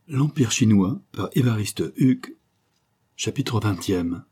L'Empire chinois par Évariste Huc, chapitre 20e.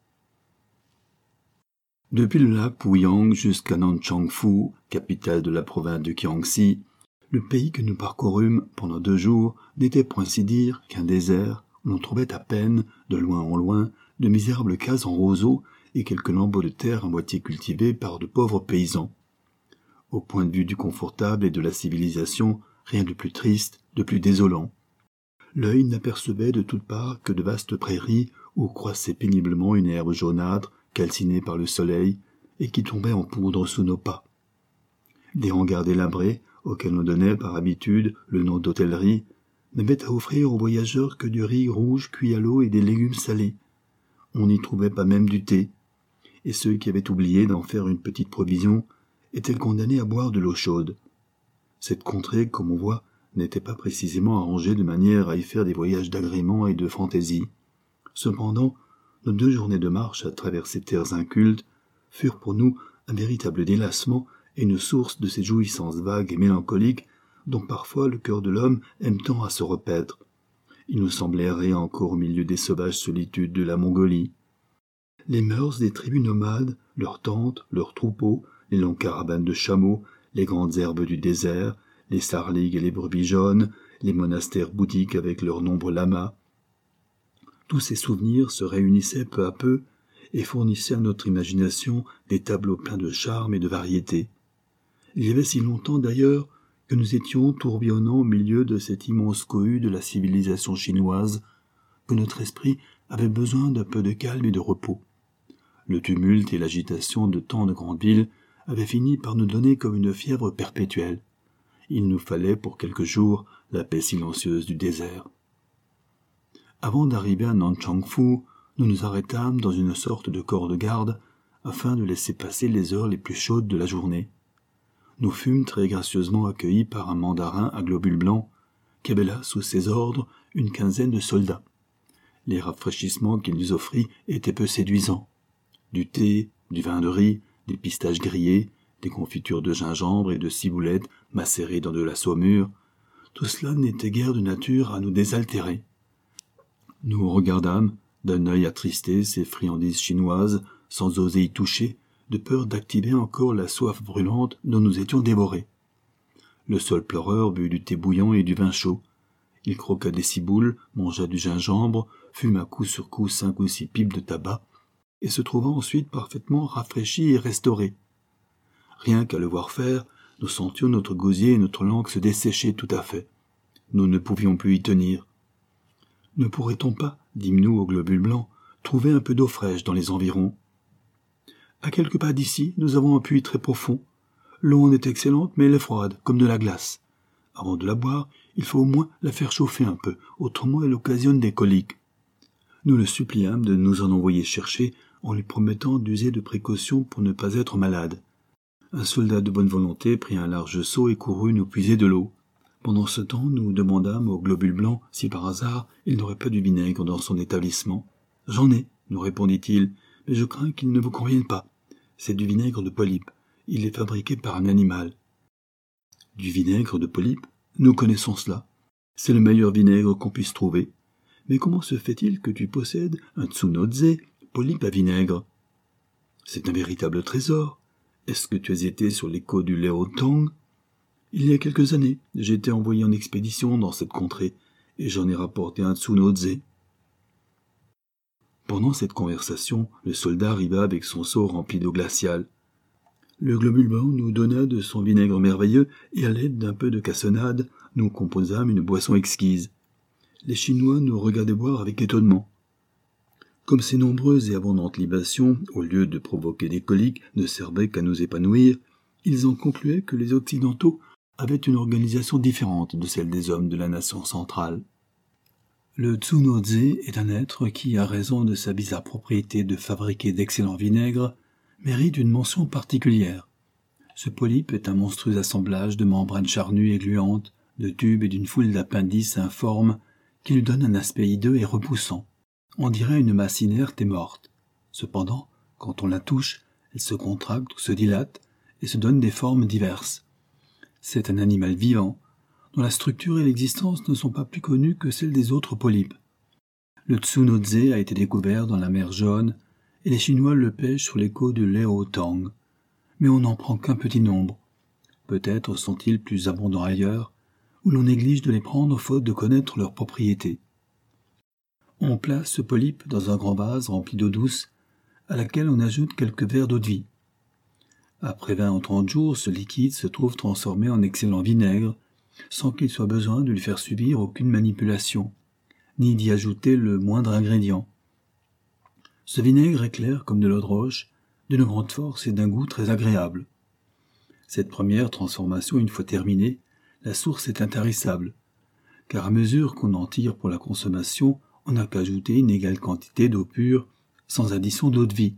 Depuis le lac Pouyang jusqu'à Nanchangfu, capitale de la province de Jiangxi, le pays que nous parcourûmes pendant 2 jours n'était pour ainsi dire qu'un désert où l'on trouvait à peine, de loin en loin, de misérables cases en roseaux et quelques lambeaux de terre à moitié cultivés par de pauvres paysans. Au point de vue du confortable et de la civilisation, rien de plus triste, de plus désolant. L'œil n'apercevait de toutes parts que de vastes prairies où croissait péniblement une herbe jaunâtre, calcinée par le soleil, et qui tombait en poudre sous nos pas. Des hangars délabrés, auxquels on donnait par habitude le nom d'hôtellerie, n'avaient à offrir aux voyageurs que du riz rouge cuit à l'eau et des légumes salés. On n'y trouvait pas même du thé, et ceux qui avaient oublié d'en faire une petite provision étaient condamnés à boire de l'eau chaude. Cette contrée, comme on voit, n'était pas précisément arrangée de manière à y faire des voyages d'agrément et de fantaisie. Cependant, nos 2 journées de marche à travers ces terres incultes furent pour nous un véritable délassement et une source de ces jouissances vagues et mélancoliques dont parfois le cœur de l'homme aime tant à se repaître. Il nous semblait errer encore au milieu des sauvages solitudes de la Mongolie. Les mœurs des tribus nomades, leurs tentes, leurs troupeaux, les longues caravanes de chameaux, les grandes herbes du désert, les sarligues et les brebis jaunes, les monastères bouddhiques avec leurs nombreux lamas. Tous ces souvenirs se réunissaient peu à peu et fournissaient à notre imagination des tableaux pleins de charme et de variété. Il y avait si longtemps d'ailleurs que nous étions tourbillonnant au milieu de cette immense cohue de la civilisation chinoise que notre esprit avait besoin d'un peu de calme et de repos. Le tumulte et l'agitation de tant de grandes villes avaient fini par nous donner comme une fièvre perpétuelle. Il nous fallait pour quelques jours la paix silencieuse du désert. Avant d'arriver à Nanchangfu, nous nous arrêtâmes dans une sorte de corps de garde afin de laisser passer les heures les plus chaudes de la journée. Nous fûmes très gracieusement accueillis par un mandarin à globules blancs qui avait là sous ses ordres une quinzaine de soldats. Les rafraîchissements qu'il nous offrit étaient peu séduisants. Du thé, du vin de riz, des pistaches grillées, des confitures de gingembre et de ciboulettes macérées dans de la saumure, tout cela n'était guère de nature à nous désaltérer. Nous regardâmes d'un œil attristé ces friandises chinoises sans oser y toucher, de peur d'activer encore la soif brûlante dont nous étions dévorés. Le seul pleureur but du thé bouillant et du vin chaud. Il croqua des ciboules, mangea du gingembre, fuma coup sur coup 5 ou 6 pipes de tabac, et se trouvant ensuite parfaitement rafraîchi et restauré. Rien qu'à le voir faire, nous sentions notre gosier et notre langue se dessécher tout à fait. Nous ne pouvions plus y tenir. Ne pourrait-on pas, dîmes-nous aux globules blancs, trouver un peu d'eau fraîche dans les environs? À quelques pas d'ici, nous avons un puits très profond. L'eau en est excellente, mais elle est froide, comme de la glace. Avant de la boire, il faut au moins la faire chauffer un peu, autrement elle occasionne des coliques. Nous le suppliâmes de nous en envoyer chercher en lui promettant d'user de précautions pour ne pas être malade. Un soldat de bonne volonté prit un large seau et courut nous puiser de l'eau. Pendant ce temps, nous demandâmes au globule blanc si par hasard il n'aurait pas du vinaigre dans son établissement. « J'en ai, nous répondit-il, mais je crains qu'il ne vous convienne pas. C'est du vinaigre de polype. Il est fabriqué par un animal. » Du vinaigre de polype? Nous connaissons cela. C'est le meilleur vinaigre qu'on puisse trouver. Mais comment se fait-il que tu possèdes un tsunodze, polype à vinaigre? C'est un véritable trésor. Est-ce que tu as été sur les côtes du Léotang? Il y a quelques années, j'ai été envoyé en expédition dans cette contrée, et j'en ai rapporté un tsunodze. Pendant cette conversation, le soldat arriva avec son seau rempli d'eau glaciale. Le globule blanc nous donna de son vinaigre merveilleux, et à l'aide d'un peu de cassonade, nous composâmes une boisson exquise. Les Chinois nous regardaient boire avec étonnement. Comme ces nombreuses et abondantes libations, au lieu de provoquer des coliques, ne servaient qu'à nous épanouir, ils en concluaient que les Occidentaux avaient une organisation différente de celle des hommes de la nation centrale. Le tsunodze est un être qui, à raison de sa bizarre propriété de fabriquer d'excellents vinaigres, mérite une mention particulière. Ce polype est un monstrueux assemblage de membranes charnues et gluantes, de tubes et d'une foule d'appendices informes qui lui donnent un aspect hideux et repoussant. On dirait une masse inerte et morte. Cependant, quand on la touche, elle se contracte ou se dilate et se donne des formes diverses. C'est un animal vivant, dont la structure et l'existence ne sont pas plus connues que celles des autres polypes. Le Tsunodze a été découvert dans la mer Jaune et les Chinois le pêchent sur les côtes de Léotang, mais on n'en prend qu'un petit nombre. Peut-être sont-ils plus abondants ailleurs, où l'on néglige de les prendre faute de connaître leurs propriétés. On place ce polype dans un grand vase rempli d'eau douce, à laquelle on ajoute quelques verres d'eau-de-vie. Après 20 ou 30 jours, ce liquide se trouve transformé en excellent vinaigre, sans qu'il soit besoin de lui faire subir aucune manipulation, ni d'y ajouter le moindre ingrédient. Ce vinaigre est clair comme de l'eau de roche, d'une grande force et d'un goût très agréable. Cette première transformation une fois terminée, la source est intarissable, car à mesure qu'on en tire pour la consommation, on n'a qu'à ajouter une égale quantité d'eau pure, sans addition d'eau-de-vie.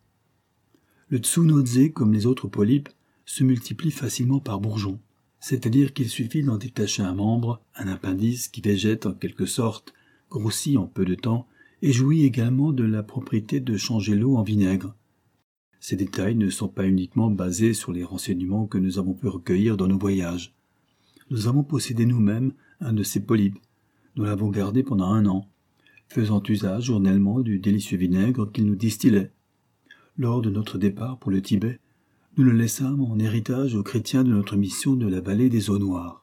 Le Tsunodze, comme les autres polypes, se multiplie facilement par bourgeons, c'est-à-dire qu'il suffit d'en détacher un membre, un appendice qui végète en quelque sorte, grossit en peu de temps, et jouit également de la propriété de changer l'eau en vinaigre. Ces détails ne sont pas uniquement basés sur les renseignements que nous avons pu recueillir dans nos voyages. Nous avons possédé nous-mêmes un de ces polypes. Nous l'avons gardé pendant 1 an, faisant usage journellement du délicieux vinaigre qu'il nous distillait. Lors de notre départ pour le Tibet, nous le laissâmes en héritage aux chrétiens de notre mission de la vallée des eaux noires.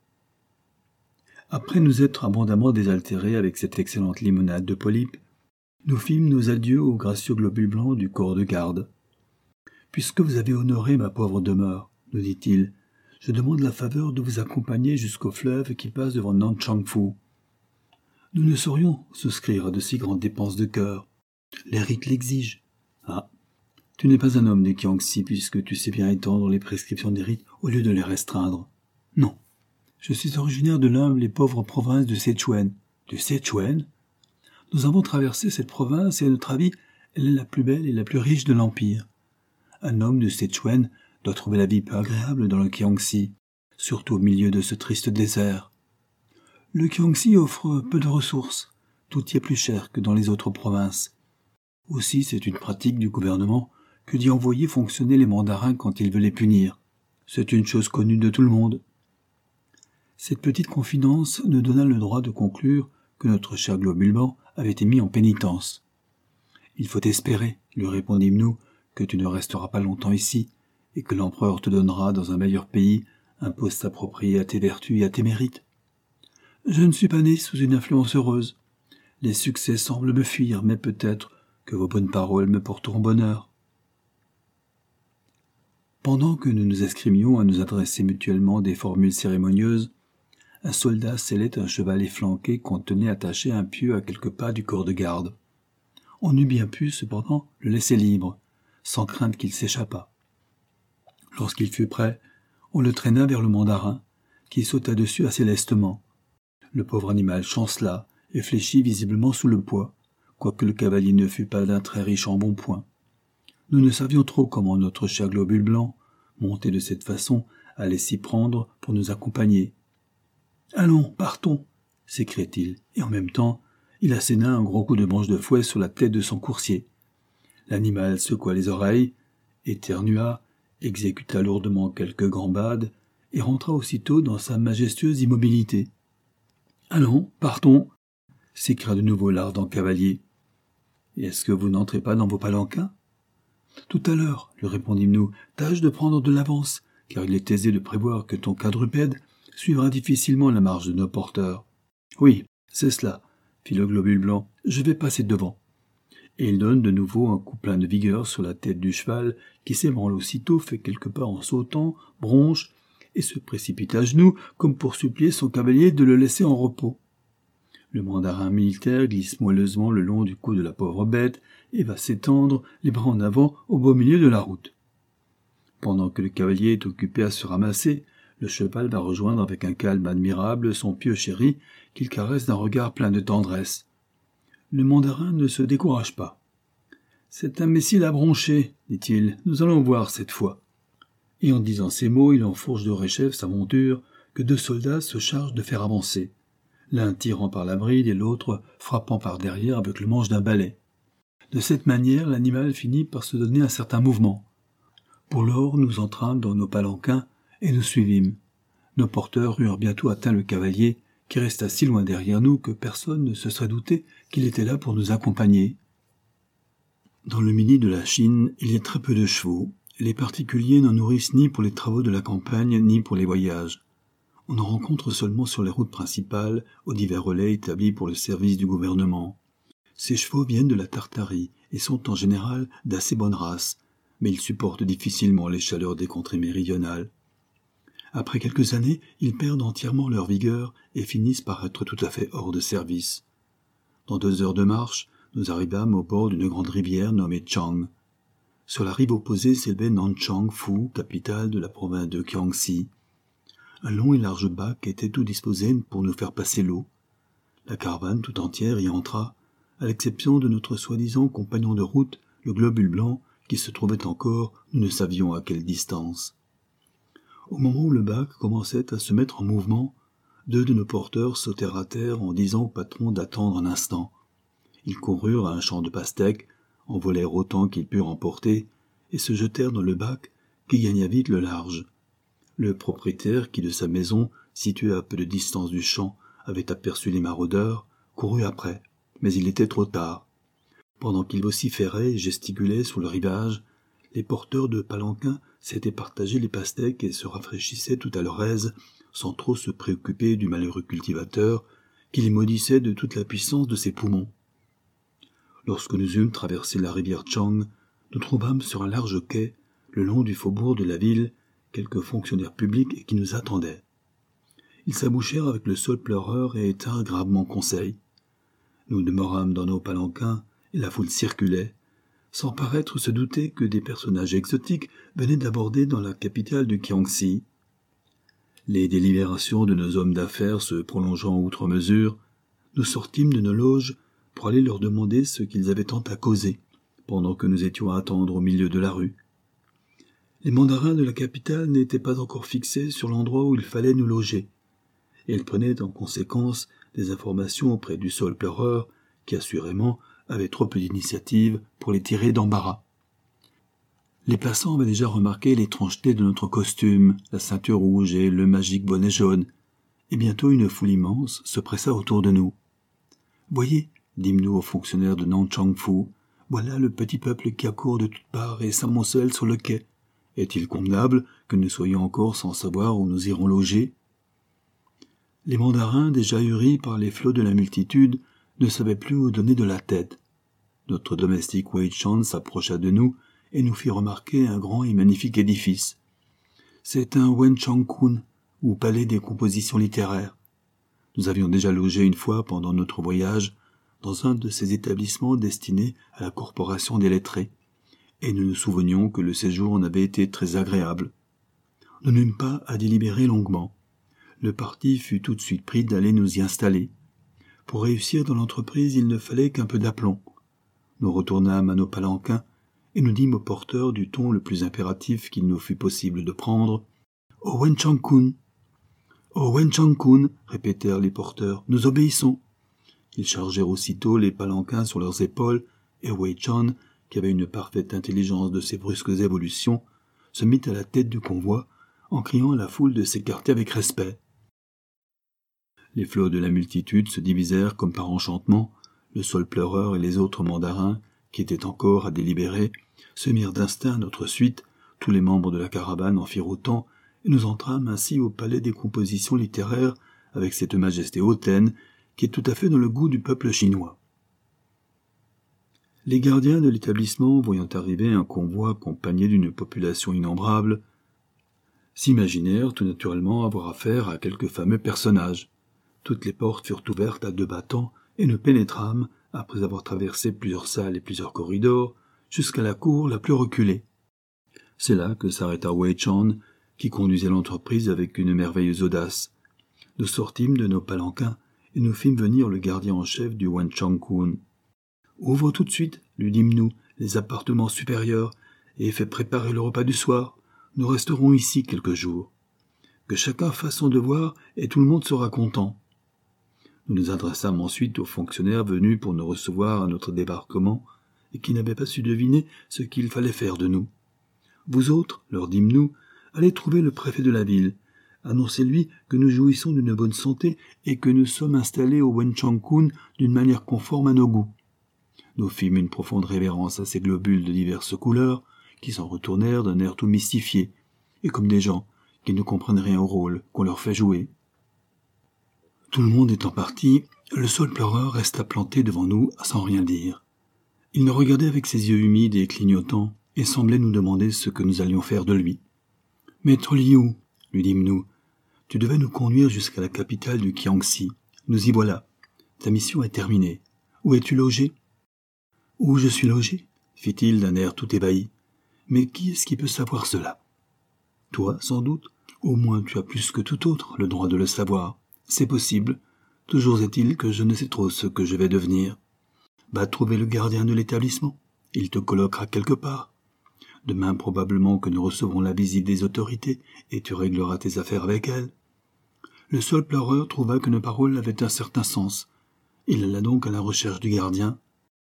Après nous être abondamment désaltérés avec cette excellente limonade de polypes, nous fîmes nos adieux aux gracieux globules blancs du corps de garde. « Puisque vous avez honoré ma pauvre demeure, nous dit-il, je demande la faveur de vous accompagner jusqu'au fleuve qui passe devant Nanchangfu. Nous ne saurions souscrire à de si grandes dépenses de cœur. Les rites l'exigent. Ah, tu n'es pas un homme de Kiangsi puisque tu sais bien étendre les prescriptions des rites au lieu de les restreindre. Non, je suis originaire de l'humble et pauvre province de Sichuan. De Sichuan? Nous avons traversé cette province et à notre avis, elle est la plus belle et la plus riche de l'Empire. Un homme de Sichuan doit trouver la vie peu agréable dans le Kiangsi, surtout au milieu de ce triste désert. Le Kiangsi offre peu de ressources, tout y est plus cher que dans les autres provinces. Aussi, c'est une pratique du gouvernement que d'y envoyer fonctionner les mandarins quand il veut les punir. C'est une chose connue de tout le monde. Cette petite confidence nous donna le droit de conclure que notre cher globule blanc avait été mis en pénitence. « Il faut espérer, lui répondîmes-nous, que tu ne resteras pas longtemps ici, et que l'empereur te donnera dans un meilleur pays un poste approprié à tes vertus et à tes mérites. Je ne suis pas né sous une influence heureuse. Les succès semblent me fuir, mais peut-être que vos bonnes paroles me porteront bonheur. » Pendant que nous nous escrimions à nous adresser mutuellement des formules cérémonieuses, un soldat sellait un cheval efflanqué qu'on tenait attaché à un pieu à quelques pas du corps de garde. On eût bien pu, cependant, le laisser libre, sans crainte qu'il s'échappât. Lorsqu'il fut prêt, on le traîna vers le mandarin, qui sauta dessus assez lestement. Le pauvre animal chancela et fléchit visiblement sous le poids, quoique le cavalier ne fût pas d'un très riche embonpoint. Nous ne savions trop comment notre cher globule blanc, monté de cette façon, allait s'y prendre pour nous accompagner. « Allons, partons !» s'écriait-il, et en même temps, il asséna un gros coup de manche de fouet sur la tête de son coursier. L'animal secoua les oreilles, éternua, exécuta lourdement quelques gambades et rentra aussitôt dans sa majestueuse immobilité. « Allons, partons !» s'écria de nouveau l'ardent cavalier. « Est-ce que vous n'entrez pas dans vos palanquins ?»« Tout à l'heure, lui répondîmes-nous, tâche de prendre de l'avance, car il est aisé de prévoir que ton quadrupède suivra difficilement la marche de nos porteurs. »« Oui, c'est cela, » fit le globule blanc, « je vais passer devant. » Et il donne de nouveau un coup plein de vigueur sur la tête du cheval, qui s'ébranle aussitôt, fait quelques pas en sautant, bronche, et se précipite à genoux, comme pour supplier son cavalier de le laisser en repos. Le mandarin militaire glisse moelleusement le long du cou de la pauvre bête, et va s'étendre, les bras en avant, au beau milieu de la route. Pendant que le cavalier est occupé à se ramasser, le cheval va rejoindre avec un calme admirable son pieu chéri, qu'il caresse d'un regard plein de tendresse. Le mandarin ne se décourage pas. « Cet imbécile a bronché, dit-il, nous allons voir cette fois. » Et en disant ces mots, il enfourche de réchef sa monture, que 2 soldats se chargent de faire avancer, l'un tirant par la bride et l'autre frappant par derrière avec le manche d'un balai. De cette manière, l'animal finit par se donner un certain mouvement. Pour lors, nous entrâmes dans nos palanquins et nous suivîmes. Nos porteurs eurent bientôt atteint le cavalier, qui resta si loin derrière nous que personne ne se serait douté qu'il était là pour nous accompagner. Dans le midi de la Chine, il y a très peu de chevaux. Les particuliers n'en nourrissent ni pour les travaux de la campagne, ni pour les voyages. On en rencontre seulement sur les routes principales, aux divers relais établis pour le service du gouvernement. Ces chevaux viennent de la Tartarie et sont en général d'assez bonne race, mais ils supportent difficilement les chaleurs des contrées méridionales. Après quelques années, ils perdent entièrement leur vigueur et finissent par être tout à fait hors de service. Dans 2 heures de marche, nous arrivâmes au bord d'une grande rivière nommée Chang. Sur la rive opposée s'élevait Nanchang-fu, capitale de la province de Jiangxi. Un long et large bac était tout disposé pour nous faire passer l'eau. La caravane tout entière y entra, à l'exception de notre soi-disant compagnon de route, le globule blanc, qui se trouvait encore, nous ne savions à quelle distance. Au moment où le bac commençait à se mettre en mouvement, 2 de nos porteurs sautèrent à terre en disant au patron d'attendre un instant. Ils coururent à un champ de pastèques, en volèrent autant qu'ils purent emporter, et se jetèrent dans le bac, qui gagna vite le large. Le propriétaire, qui de sa maison, située à peu de distance du champ, avait aperçu les maraudeurs, courut après, mais il était trop tard. Pendant qu'il vociférait et gesticulait sur le rivage, les porteurs de palanquins s'étaient partagés les pastèques et se rafraîchissaient tout à leur aise, sans trop se préoccuper du malheureux cultivateur, qui les maudissait de toute la puissance de ses poumons. Lorsque nous eûmes traversé la rivière Chang, nous trouvâmes sur un large quai, le long du faubourg de la ville, quelques fonctionnaires publics qui nous attendaient. Ils s'abouchèrent avec le saule pleureur et tinrent gravement conseil. Nous demeurâmes dans nos palanquins, et la foule circulait, sans paraître se douter que des personnages exotiques venaient d'aborder dans la capitale du Jiangxi. Les délibérations de nos hommes d'affaires se prolongeant outre mesure, nous sortîmes de nos loges pour aller leur demander ce qu'ils avaient tant à causer, pendant que nous étions à attendre au milieu de la rue. Les mandarins de la capitale n'étaient pas encore fixés sur l'endroit où il fallait nous loger, et ils prenaient en conséquence des informations auprès du saule pleureur, qui assurément avait trop peu d'initiative pour les tirer d'embarras. Les passants avaient déjà remarqué l'étrangeté de notre costume, la ceinture rouge et le magique bonnet jaune, et bientôt une foule immense se pressa autour de nous. « Voyez, dîmes-nous aux fonctionnaires de Nanchang-fu, voilà le petit peuple qui accourt de toutes parts et s'amoncelle sur le quai. Est-il convenable que nous soyons encore sans savoir où nous irons loger ?» Les mandarins, déjà ahuris par les flots de la multitude, ne savaient plus où donner de la tête. Notre domestique Wei Chan s'approcha de nous et nous fit remarquer un grand et magnifique édifice. C'est un Wenchang-kun, ou palais des compositions littéraires. Nous avions déjà logé une fois pendant notre voyage dans un de ces établissements destinés à la corporation des lettrés, et nous nous souvenions que le séjour en avait été très agréable. Nous n'eûmes pas à délibérer longuement. Le parti fut tout de suite pris d'aller nous y installer. Pour réussir dans l'entreprise, il ne fallait qu'un peu d'aplomb. Nous retournâmes à nos palanquins et nous dîmes au porteur du ton le plus impératif qu'il nous fut possible de prendre. « Au Wenchang-kun !»« Au Wenchang-kun !» répétèrent les porteurs. « Nous obéissons !» Ils chargèrent aussitôt les palanquins sur leurs épaules et Wei Chan, qui avait une parfaite intelligence de ces brusques évolutions, se mit à la tête du convoi en criant à la foule de s'écarter avec respect. Les flots de la multitude se divisèrent comme par enchantement. Le saule pleureur et les autres mandarins, qui étaient encore à délibérer, se mirent d'instinct à notre suite, tous les membres de la caravane en firent autant, et nous entrâmes ainsi au palais des compositions littéraires, avec cette majesté hautaine, qui est tout à fait dans le goût du peuple chinois. Les gardiens de l'établissement, voyant arriver un convoi accompagné d'une population innombrable, s'imaginèrent tout naturellement avoir affaire à quelques fameux personnages. Toutes les portes furent ouvertes à 2 battants, et nous pénétrâmes, après avoir traversé plusieurs salles et plusieurs corridors, jusqu'à la cour la plus reculée. C'est là que s'arrêta Wei Chan, qui conduisait l'entreprise avec une merveilleuse audace. Nous sortîmes de nos palanquins, et nous fîmes venir le gardien en chef du Wenchang-kun. « Ouvre tout de suite, lui dîmes-nous, les appartements supérieurs, et fais préparer le repas du soir. Nous resterons ici quelques jours. Que chacun fasse son devoir, et tout le monde sera content. » Nous nous adressâmes ensuite aux fonctionnaires venus pour nous recevoir à notre débarquement et qui n'avaient pas su deviner ce qu'il fallait faire de nous. « Vous autres, leur dîmes-nous, allez trouver le préfet de la ville. Annoncez-lui que nous jouissons d'une bonne santé et que nous sommes installés au Wenchangkun d'une manière conforme à nos goûts. » Nous fîmes une profonde révérence à ces globules de diverses couleurs, qui s'en retournèrent d'un air tout mystifié, et comme des gens qui ne comprennent rien au rôle qu'on leur fait jouer. Tout le monde étant parti, le Saule pleureur resta planté devant nous sans rien dire. Il nous regardait avec ses yeux humides et clignotants, et semblait nous demander ce que nous allions faire de lui. « Maître Liu, lui dîmes-nous, tu devais nous conduire jusqu'à la capitale du Kiangsi. Nous y voilà. Ta mission est terminée. Où es-tu logé ?»« Où je suis logé ?» fit-il d'un air tout ébahi. « Mais qui est-ce qui peut savoir cela ?»« Toi, sans doute. Au moins tu as plus que tout autre le droit de le savoir. C'est possible. Toujours est-il que je ne sais trop ce que je vais devenir. Va trouver le gardien de l'établissement. Il te colloquera quelque part. Demain, probablement que nous recevrons la visite des autorités et tu régleras tes affaires avec elles. » Le Saule pleureur trouva que nos paroles avaient un certain sens. Il alla donc à la recherche du gardien,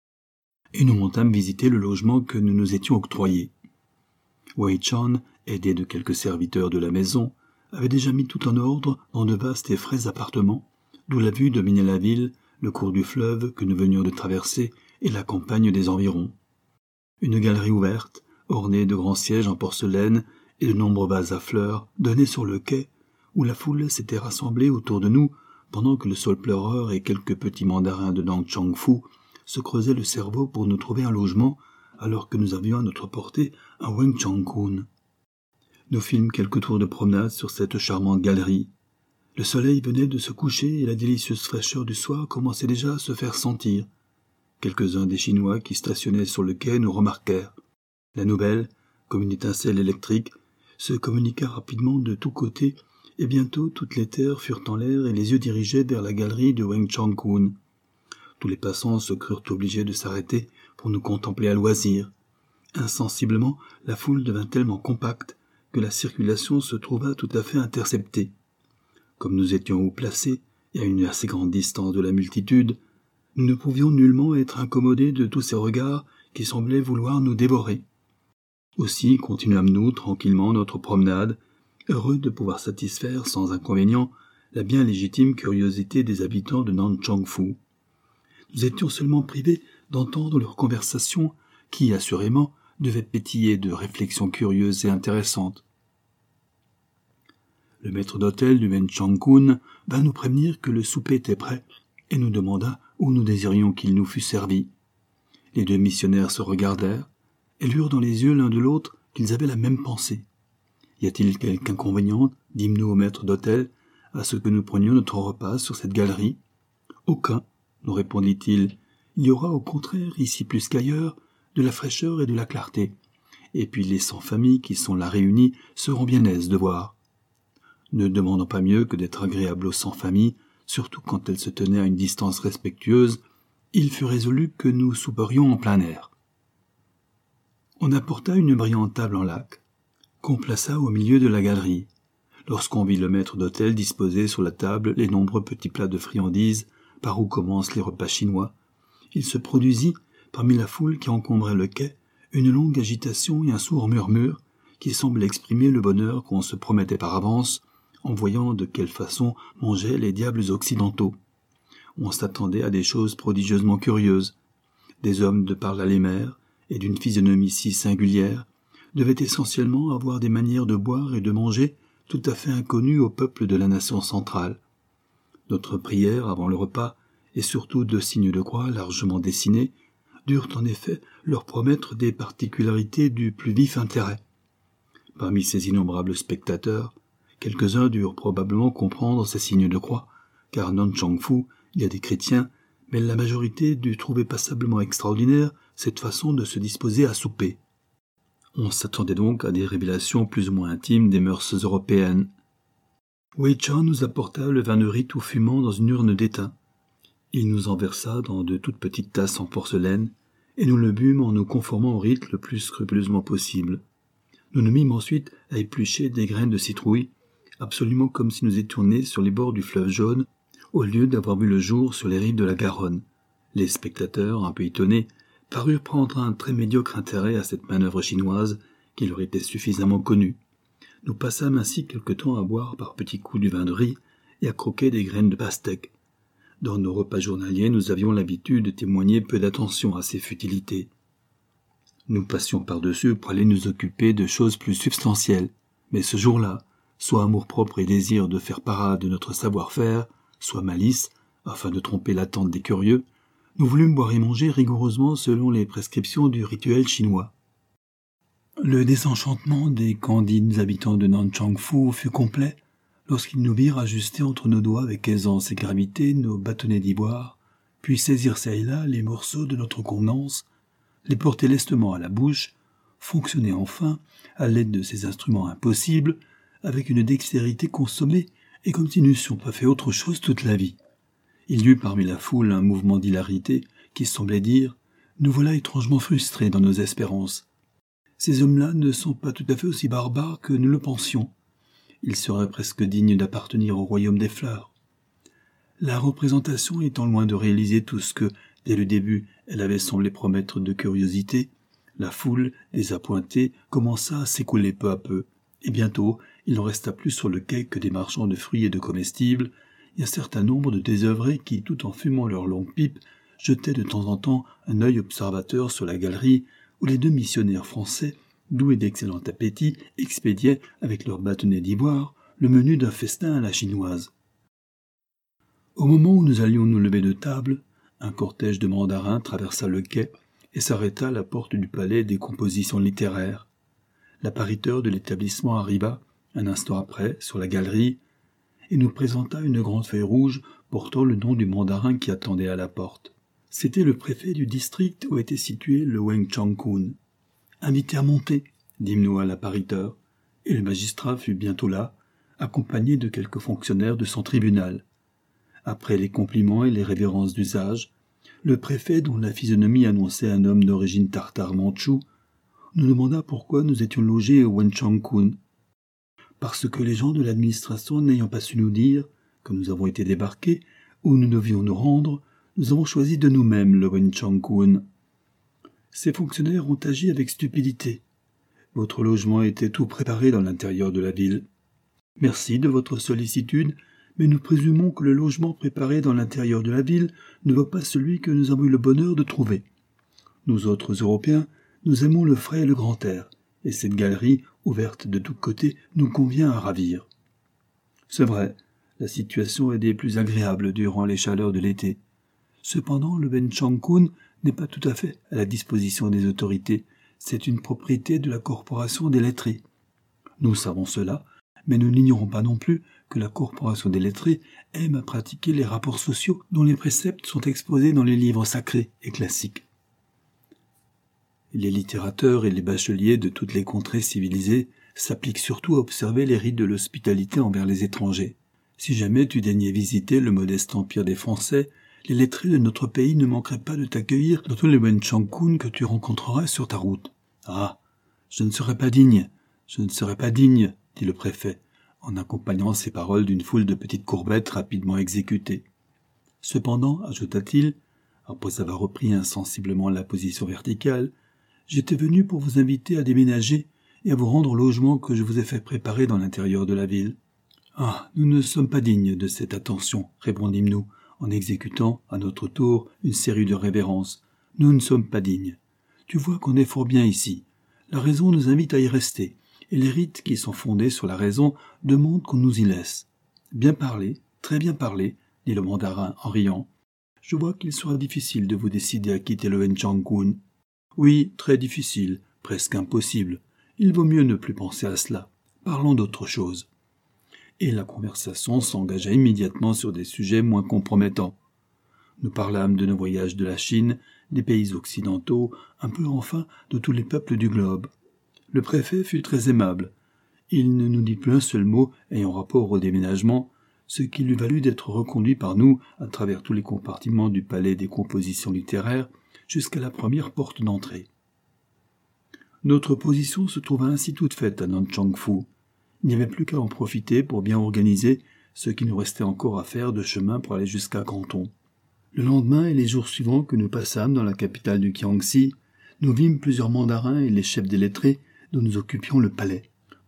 et nous montâmes visiter le logement que nous nous étions octroyé. Wei-chan, aidé de quelques serviteurs de la maison, avait déjà mis tout en ordre dans de vastes et frais appartements, d'où la vue dominait la ville, le cours du fleuve que nous venions de traverser et la campagne des environs. Une galerie ouverte, ornée de grands sièges en porcelaine et de nombreux vases à fleurs, donnait sur le quai, où la foule s'était rassemblée autour de nous, pendant que le Saule pleureur et quelques petits mandarins de Nangchangfu se creusaient le cerveau pour nous trouver un logement, alors que nous avions à notre portée un Wenchangkun. Nous fîmes quelques tours de promenade sur cette charmante galerie. Le soleil venait de se coucher et la délicieuse fraîcheur du soir commençait déjà à se faire sentir. Quelques-uns des Chinois qui stationnaient sur le quai nous remarquèrent. La nouvelle, comme une étincelle électrique, se communiqua rapidement de tous côtés, et bientôt toutes les terres furent en l'air et les yeux dirigés vers la galerie de Wenchangkun. Tous les passants se crurent obligés de s'arrêter pour nous contempler à loisir. Insensiblement, la foule devint tellement compacte que la circulation se trouva tout à fait interceptée. Comme nous étions haut placés et à une assez grande distance de la multitude, nous ne pouvions nullement être incommodés de tous ces regards qui semblaient vouloir nous dévorer. Aussi continuâmes-nous tranquillement notre promenade, heureux de pouvoir satisfaire sans inconvénient la bien légitime curiosité des habitants de Nangchangfu. Nous étions seulement privés d'entendre leur conversation qui, assurément, devait pétiller de réflexions curieuses et intéressantes. Le maître d'hôtel du Wenchangkun vint nous prévenir que le souper était prêt et nous demanda où nous désirions qu'il nous fût servi. Les deux missionnaires se regardèrent et lurent dans les yeux l'un de l'autre qu'ils avaient la même pensée. « Y a-t-il quelque inconvénient, dîmes-nous au maître d'hôtel, à ce que nous prenions notre repas sur cette galerie ?»« Aucun, nous répondit-il. Il y aura au contraire, ici plus qu'ailleurs, de la fraîcheur et de la clarté. Et puis les 100 familles qui sont là réunies seront bien aises de voir. » Ne demandant pas mieux que d'être agréable aux 100 familles, surtout quand elles se tenaient à une distance respectueuse, il fut résolu que nous souperions en plein air. On apporta une brillante table en laque, qu'on plaça au milieu de la galerie. Lorsqu'on vit le maître d'hôtel disposer sur la table les nombreux petits plats de friandises par où commencent les repas chinois, il se produisit, parmi la foule qui encombrait le quai, une longue agitation et un sourd murmure qui semble exprimer le bonheur qu'on se promettait par avance en voyant de quelle façon mangeaient les diables occidentaux. On s'attendait à des choses prodigieusement curieuses. Des hommes de par l'Allémer et d'une physionomie si singulière devaient essentiellement avoir des manières de boire et de manger tout à fait inconnues au peuple de la nation centrale. Notre prière avant le repas, et surtout 2 signes de croix largement dessinés, durent en effet leur promettre des particularités du plus vif intérêt. Parmi ces innombrables spectateurs, quelques-uns durent probablement comprendre ces signes de croix, car à Nangchangfu, il y a des chrétiens, mais la majorité dut trouver passablement extraordinaire cette façon de se disposer à souper. On s'attendait donc à des révélations plus ou moins intimes des mœurs européennes. Wei-chan nous apporta le vin de riz tout fumant dans une urne d'étain. Il nous en versa dans de toutes petites tasses en porcelaine, et nous le bûmes en nous conformant au rite le plus scrupuleusement possible. Nous nous mîmes ensuite à éplucher des graines de citrouille, absolument comme si nous étions nés sur les bords du fleuve jaune, au lieu d'avoir vu le jour sur les rives de la Garonne. Les spectateurs, un peu étonnés, parurent prendre un très médiocre intérêt à cette manœuvre chinoise qui leur était suffisamment connue. Nous passâmes ainsi quelque temps à boire par petits coups du vin de riz et à croquer des graines de pastèque. Dans nos repas journaliers, nous avions l'habitude de témoigner peu d'attention à ces futilités. Nous passions par-dessus pour aller nous occuper de choses plus substantielles. Mais ce jour-là, soit amour-propre et désir de faire parade de notre savoir-faire, soit malice, afin de tromper l'attente des curieux, nous voulûmes boire et manger rigoureusement selon les prescriptions du rituel chinois. Le désenchantement des candides habitants de Nanchangfu fut complet lorsqu'ils nous virent ajuster entre nos doigts avec aisance et gravité nos bâtonnets d'ivoire, puis saisir çà et là les morceaux de notre convenance, les porter lestement à la bouche, fonctionner enfin, à l'aide de ces instruments impossibles, avec une dextérité consommée et comme si nous n'eussions pas fait autre chose toute la vie. Il y eut parmi la foule un mouvement d'hilarité qui semblait dire « Nous voilà étrangement frustrés dans nos espérances. Ces hommes-là ne sont pas tout à fait aussi barbares que nous le pensions. Ils seraient presque dignes d'appartenir au royaume des fleurs. » La représentation étant loin de réaliser tout ce que, dès le début, elle avait semblé promettre de curiosité, la foule, désappointée, commença à s'écouler peu à peu, et bientôt, il n'en resta plus sur le quai que des marchands de fruits et de comestibles, et un certain nombre de désœuvrés qui, tout en fumant leurs longues pipes, jetaient de temps en temps un œil observateur sur la galerie où les 2 missionnaires français, doux et d'excellent appétit, expédiaient, avec leurs bâtonnets d'ivoire, le menu d'un festin à la chinoise. Au moment où nous allions nous lever de table, un cortège de mandarins traversa le quai et s'arrêta à la porte du palais des compositions littéraires. L'appariteur de l'établissement arriva, un instant après, sur la galerie, et nous présenta une grande feuille rouge portant le nom du mandarin qui attendait à la porte. C'était le préfet du district où était situé le Wengchang-kun. « Invité à monter » dîmes-nous à l'appariteur, et le magistrat fut bientôt là, accompagné de quelques fonctionnaires de son tribunal. Après les compliments et les révérences d'usage, le préfet, dont la physionomie annonçait un homme d'origine tartare mandchoue, nous demanda pourquoi nous étions logés au Wengchang-kun. Parce que les gens de l'administration n'ayant pas su nous dire, que nous avons été débarqués, où nous devions nous rendre, nous avons choisi de nous-mêmes le Wengchang-kun. Ces fonctionnaires ont agi avec stupidité. Votre logement était tout préparé dans l'intérieur de la ville. Merci de votre sollicitude, mais nous présumons que le logement préparé dans l'intérieur de la ville ne vaut pas celui que nous avons eu le bonheur de trouver. Nous autres Européens, nous aimons le frais et le grand air, et cette galerie, ouverte de tous côtés, nous convient à ravir. C'est vrai, la situation est des plus agréables durant les chaleurs de l'été. Cependant, le Wengchang-kun n'est pas tout à fait à la disposition des autorités. C'est une propriété de la corporation des lettrés. Nous savons cela, mais nous n'ignorons pas non plus que la corporation des lettrés aime à pratiquer les rapports sociaux dont les préceptes sont exposés dans les livres sacrés et classiques. Les littérateurs et les bacheliers de toutes les contrées civilisées s'appliquent surtout à observer les rites de l'hospitalité envers les étrangers. Si jamais tu daignais visiter le modeste empire des Français, les lettrés de notre pays ne manqueraient pas de t'accueillir dans tous les Wengchang-kun que tu rencontreras sur ta route. « Ah, je ne serais pas digne, dit le préfet, en accompagnant ces paroles d'une foule de petites courbettes rapidement exécutées. Cependant, ajouta-t-il, après avoir repris insensiblement la position verticale, j'étais venu pour vous inviter à déménager et à vous rendre au logement que je vous ai fait préparer dans l'intérieur de la ville. Ah, nous ne sommes pas dignes de cette attention, répondîmes-nous, en exécutant, à notre tour, une série de révérences. Nous ne sommes pas dignes. Tu vois qu'on est fort bien ici. La raison nous invite à y rester, et les rites qui sont fondés sur la raison demandent qu'on nous y laisse. Bien parlé, très bien parlé, dit le mandarin en riant. Je vois qu'il sera difficile de vous décider à quitter le Wengchang-kun. Oui, très difficile, presque impossible. Il vaut mieux ne plus penser à cela. Parlons d'autre chose. Et la conversation s'engagea immédiatement sur des sujets moins compromettants. Nous parlâmes de nos voyages de la Chine, des pays occidentaux, un peu enfin de tous les peuples du globe. Le préfet fut très aimable. Il ne nous dit plus un seul mot ayant rapport au déménagement, ce qui lui valut d'être reconduit par nous à travers tous les compartiments du palais des compositions littéraires jusqu'à la première porte d'entrée. Notre position se trouva ainsi toute faite à Nanchangfu. Il n'y avait plus qu'à en profiter pour bien organiser ce qui nous restait encore à faire de chemin pour aller jusqu'à Canton. Le lendemain et les jours suivants que nous passâmes dans la capitale du Kiangsi, nous vîmes plusieurs mandarins et les chefs des lettrés dont nous occupions le palais.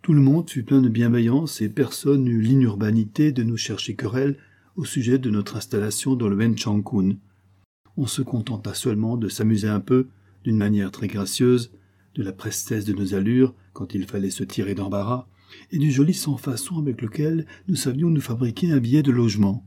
Tout le monde fut plein de bienveillance et personne n'eut l'inurbanité de nous chercher querelle au sujet de notre installation dans le Wenchangkun. On se contenta seulement de s'amuser un peu, d'une manière très gracieuse, de la prestesse de nos allures quand il fallait se tirer d'embarras, et du joli sans-façon avec lequel nous savions nous fabriquer un billet de logement.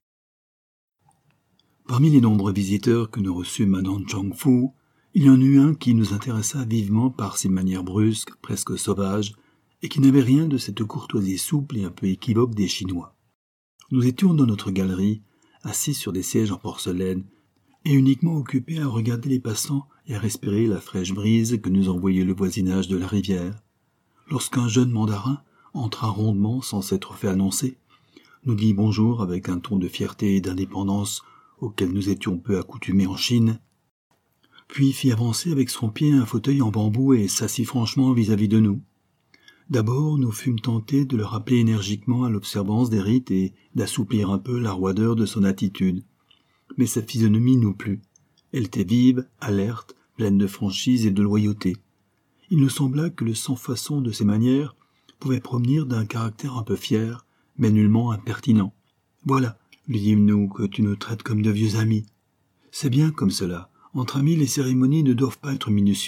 Parmi les nombreux visiteurs que nous reçûmes à Nantchangfu, il y en eut un qui nous intéressa vivement par ses manières brusques, presque sauvages, et qui n'avait rien de cette courtoisie souple et un peu équivoque des Chinois. Nous étions dans notre galerie, assis sur des sièges en porcelaine, et uniquement occupés à regarder les passants et à respirer la fraîche brise que nous envoyait le voisinage de la rivière, lorsqu'un jeune mandarin entra rondement sans s'être fait annoncer, nous dit bonjour avec un ton de fierté et d'indépendance auquel nous étions peu accoutumés en Chine, puis fit avancer avec son pied un fauteuil en bambou et s'assit franchement vis-à-vis de nous. D'abord, nous fûmes tentés de le rappeler énergiquement à l'observance des rites et d'assouplir un peu la roideur de son attitude. Mais sa physionomie nous plut. Elle était vive, alerte, pleine de franchise et de loyauté. Il nous sembla que le sans-façon de ses manières pouvait provenir d'un caractère un peu fier, mais nullement impertinent. « Voilà, lui dîmes-nous, que tu nous traites comme de vieux amis. C'est bien comme cela. Entre amis, les cérémonies ne doivent pas être minutieuses. »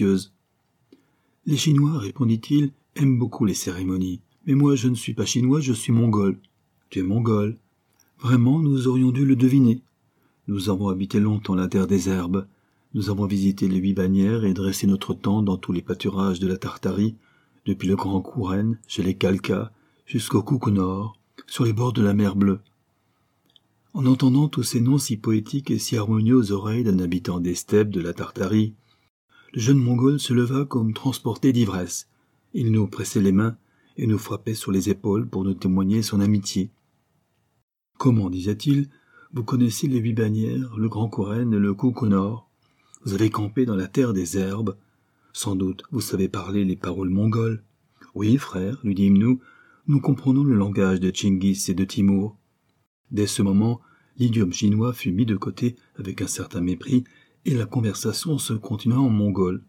« Les Chinois, répondit-il, aiment beaucoup les cérémonies. Mais moi, je ne suis pas chinois, je suis mongol. »« Tu es mongol. » Vraiment, nous aurions dû le deviner. Nous avons habité longtemps la terre des herbes. Nous avons visité les 8 bannières et dressé notre tente dans tous les pâturages de la Tartarie, depuis le Grand Kouren, chez les Khalkha, jusqu'au Kukunor, sur les bords de la mer Bleue. En entendant tous ces noms si poétiques et si harmonieux aux oreilles d'un habitant des steppes de la Tartarie, le jeune Mongol se leva comme transporté d'ivresse. Il nous pressait les mains et nous frappait sur les épaules pour nous témoigner son amitié. « Comment, disait-il, vous connaissez les 8 bannières, le Grand Kouren et le Kukunor. Vous avez campé dans la terre des herbes. Sans doute, vous savez parler les paroles mongoles. »« Oui, frère, lui dîmes-nous, nous comprenons le langage de Tchinguis et de Timour. » Dès ce moment, l'idiome chinois fut mis de côté avec un certain mépris et la conversation se continua en mongol.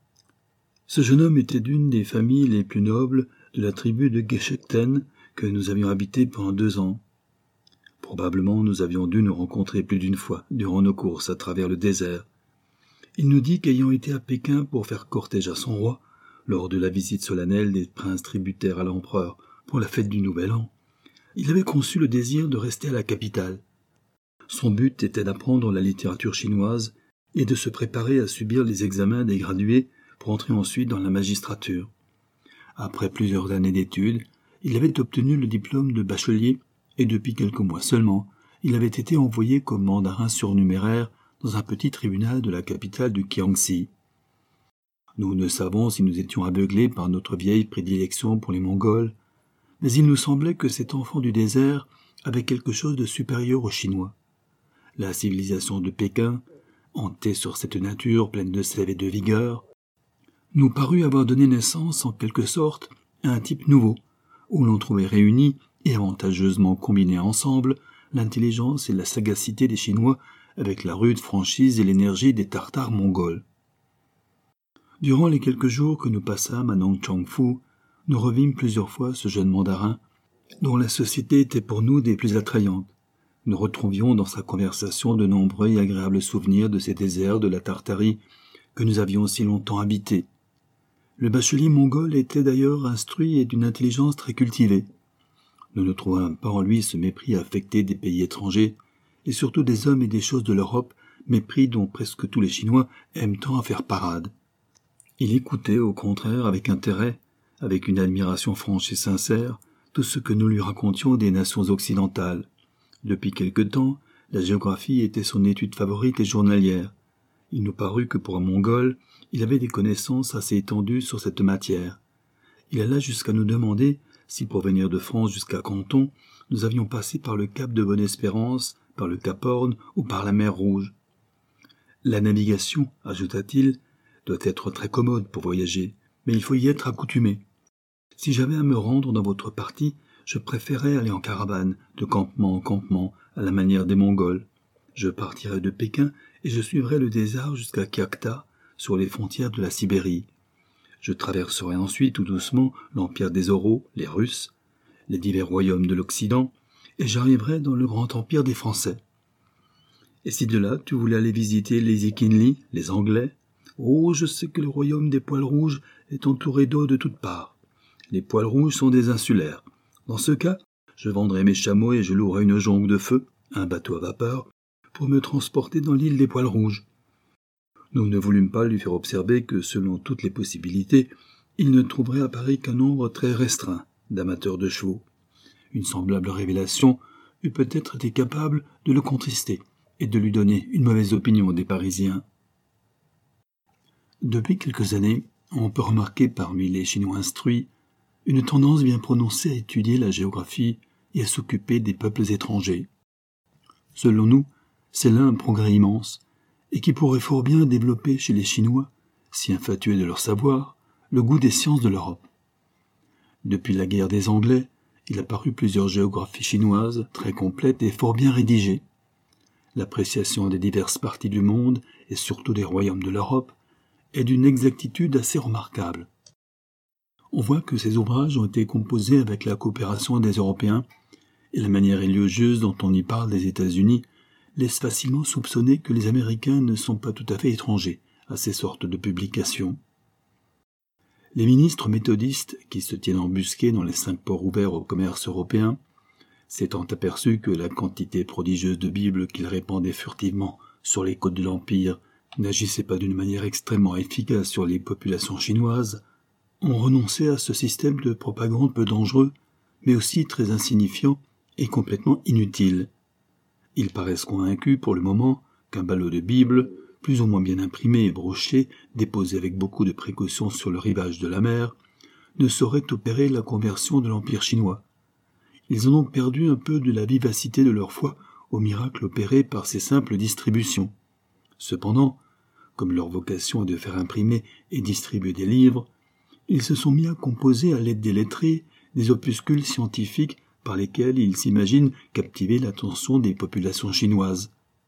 Ce jeune homme était d'une des familles les plus nobles de la tribu de Geshekten que nous avions habité pendant 2 ans. Probablement nous avions dû nous rencontrer plus d'une fois durant nos courses à travers le désert. Il nous dit qu'ayant été à Pékin pour faire cortège à son roi, lors de la visite solennelle des princes tributaires à l'empereur pour la fête du Nouvel An, il avait conçu le désir de rester à la capitale. Son but était d'apprendre la littérature chinoise et de se préparer à subir les examens des gradués pour entrer ensuite dans la magistrature. Après plusieurs années d'études, il avait obtenu le diplôme de bachelier et depuis quelques mois seulement, il avait été envoyé comme mandarin surnuméraire dans un petit tribunal de la capitale du Kiangsi. Nous ne savons si nous étions aveuglés par notre vieille prédilection pour les Mongols, mais il nous semblait que cet enfant du désert avait quelque chose de supérieur aux Chinois. La civilisation de Pékin, hantée sur cette nature pleine de sève et de vigueur, nous parut avoir donné naissance en quelque sorte à un type nouveau, où l'on trouvait réunis et avantageusement combinés ensemble l'intelligence et la sagacité des Chinois avec la rude franchise et l'énergie des Tartares mongols. Durant les quelques jours que nous passâmes à Nantchangfu, nous revîmes plusieurs fois ce jeune mandarin, dont la société était pour nous des plus attrayantes. Nous retrouvions dans sa conversation de nombreux et agréables souvenirs de ces déserts de la Tartarie que nous avions si longtemps habités. Le bachelier mongol était d'ailleurs instruit et d'une intelligence très cultivée. Nous ne trouvâmes pas en lui ce mépris affecté des pays étrangers, et surtout des hommes et des choses de l'Europe, mépris dont presque tous les Chinois aiment tant à faire parade. Il écoutait, au contraire, avec intérêt, avec une admiration franche et sincère, tout ce que nous lui racontions des nations occidentales. Depuis quelque temps, la géographie était son étude favorite et journalière. Il nous parut que pour un Mongol, il avait des connaissances assez étendues sur cette matière. Il alla jusqu'à nous demander si pour venir de France jusqu'à Canton, nous avions passé par le cap de Bonne-Espérance, par le cap Horn ou par la mer Rouge. La navigation, ajouta-t-il, doit être très commode pour voyager, mais il faut y être accoutumé. Si j'avais à me rendre dans votre partie, je préférais aller en caravane, de campement en campement, à la manière des Mongols. Je partirais de Pékin et je suivrais le désert jusqu'à Kyakhta, sur les frontières de la Sibérie. Je traverserai ensuite tout doucement l'empire des Oros, les Russes, les divers royaumes de l'Occident, et j'arriverai dans le grand empire des Français. Et si de là tu voulais aller visiter les Iquinli, les Anglais, oh, je sais que le royaume des poils rouges est entouré d'eau de toutes parts. Les poils rouges sont des insulaires. Dans ce cas, je vendrai mes chameaux et je louerai une jonque de feu, un bateau à vapeur, pour me transporter dans l'île des poils rouges. Nous ne voulûmes pas lui faire observer que, selon toutes les possibilités, il ne trouverait à Paris qu'un nombre très restreint d'amateurs de chevaux. Une semblable révélation eût peut-être été capable de le contrister et de lui donner une mauvaise opinion des Parisiens. Depuis quelques années, on peut remarquer parmi les Chinois instruits une tendance bien prononcée à étudier la géographie et à s'occuper des peuples étrangers. Selon nous, c'est là un progrès immense, et qui pourrait fort bien développer chez les Chinois, si infatués de leur savoir, le goût des sciences de l'Europe. Depuis la guerre des Anglais, il a paru plusieurs géographies chinoises très complètes et fort bien rédigées. L'appréciation des diverses parties du monde, et surtout des royaumes de l'Europe, est d'une exactitude assez remarquable. On voit que ces ouvrages ont été composés avec la coopération des Européens, et la manière élogieuse dont on y parle des États-Unis laisse facilement soupçonner que les Américains ne sont pas tout à fait étrangers à ces sortes de publications. Les ministres méthodistes qui se tiennent embusqués dans les 5 ports ouverts au commerce européen, s'étant aperçus que la quantité prodigieuse de Bibles qu'ils répandaient furtivement sur les côtes de l'Empire n'agissait pas d'une manière extrêmement efficace sur les populations chinoises, ont renoncé à ce système de propagande peu dangereux, mais aussi très insignifiant et complètement inutile. Ils paraissent convaincus pour le moment qu'un ballot de Bible, plus ou moins bien imprimé et broché, déposé avec beaucoup de précaution sur le rivage de la mer, ne saurait opérer la conversion de l'Empire chinois. Ils ont donc perdu un peu de la vivacité de leur foi au miracle opéré par ces simples distributions. Cependant, comme leur vocation est de faire imprimer et distribuer des livres, ils se sont mis à composer à l'aide des lettrés des opuscules scientifiques par lesquels ils s'imaginent captiver l'attention des populations chinoises.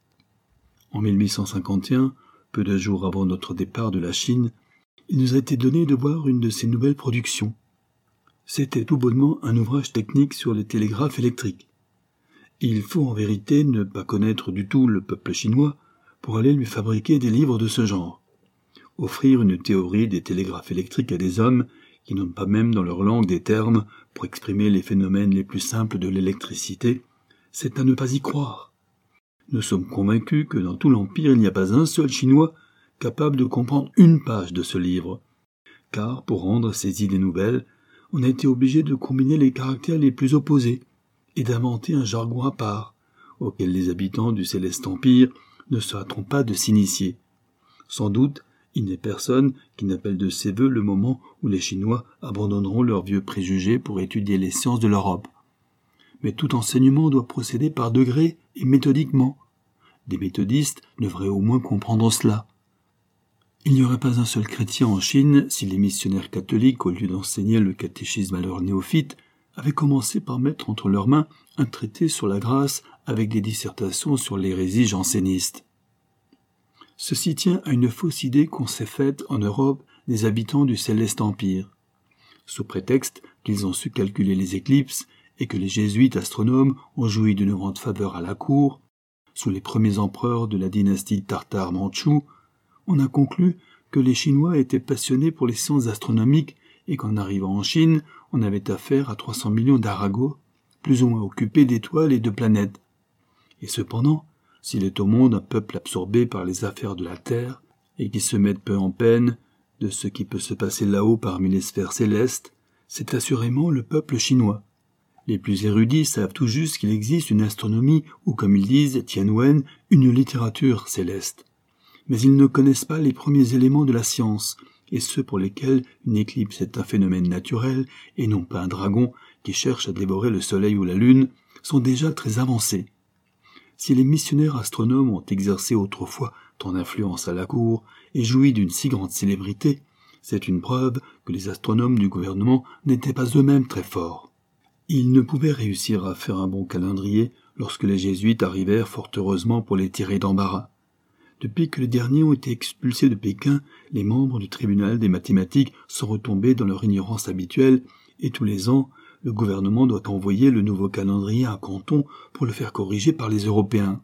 En 1851, peu de jours avant notre départ de la Chine, il nous a été donné de voir une de ces nouvelles productions. C'était tout bonnement un ouvrage technique sur les télégraphes électriques. Il faut en vérité ne pas connaître du tout le peuple chinois pour aller lui fabriquer des livres de ce genre. Offrir une théorie des télégraphes électriques à des hommes qui n'ont pas même dans leur langue des termes pour exprimer les phénomènes les plus simples de l'électricité, c'est à ne pas y croire. Nous sommes convaincus que dans tout l'Empire il n'y a pas un seul Chinois capable de comprendre une page de ce livre, car pour rendre ces idées nouvelles, on a été obligé de combiner les caractères les plus opposés et d'inventer un jargon à part, auquel les habitants du céleste empire ne se hâteront pas de s'initier. Sans doute, il n'est personne qui n'appelle de ses vœux le moment où les Chinois abandonneront leurs vieux préjugés pour étudier les sciences de l'Europe. Mais tout enseignement doit procéder par degrés et méthodiquement. Des méthodistes devraient au moins comprendre cela. Il n'y aurait pas un seul chrétien en Chine si les missionnaires catholiques, au lieu d'enseigner le catéchisme à leurs néophytes, avaient commencé par mettre entre leurs mains un traité sur la grâce avec des dissertations sur l'hérésie janséniste. Ceci tient à une fausse idée qu'on s'est faite en Europe des habitants du Céleste Empire. Sous prétexte qu'ils ont su calculer les éclipses et que les jésuites astronomes ont joui d'une grande faveur à la cour, sous les premiers empereurs de la dynastie tartare mandchoue, on a conclu que les Chinois étaient passionnés pour les sciences astronomiques et qu'en arrivant en Chine, on avait affaire à 300 millions d'Aragos, plus ou moins occupés d'étoiles et de planètes. Et cependant, s'il est au monde un peuple absorbé par les affaires de la terre et qui se met peu en peine de ce qui peut se passer là-haut parmi les sphères célestes, c'est assurément le peuple chinois. Les plus érudits savent tout juste qu'il existe une astronomie ou, comme ils disent Tianwen, une littérature céleste. Mais ils ne connaissent pas les premiers éléments de la science, et ceux pour lesquels une éclipse est un phénomène naturel et non pas un dragon qui cherche à dévorer le soleil ou la lune, sont déjà très avancés. Si les missionnaires astronomes ont exercé autrefois tant d'influence à la cour et joui d'une si grande célébrité, c'est une preuve que les astronomes du gouvernement n'étaient pas eux-mêmes très forts. Ils ne pouvaient réussir à faire un bon calendrier lorsque les jésuites arrivèrent fort heureusement pour les tirer d'embarras. Depuis que les derniers ont été expulsés de Pékin, les membres du tribunal des mathématiques sont retombés dans leur ignorance habituelle, et tous les ans, le gouvernement doit envoyer le nouveau calendrier à Canton pour le faire corriger par les Européens.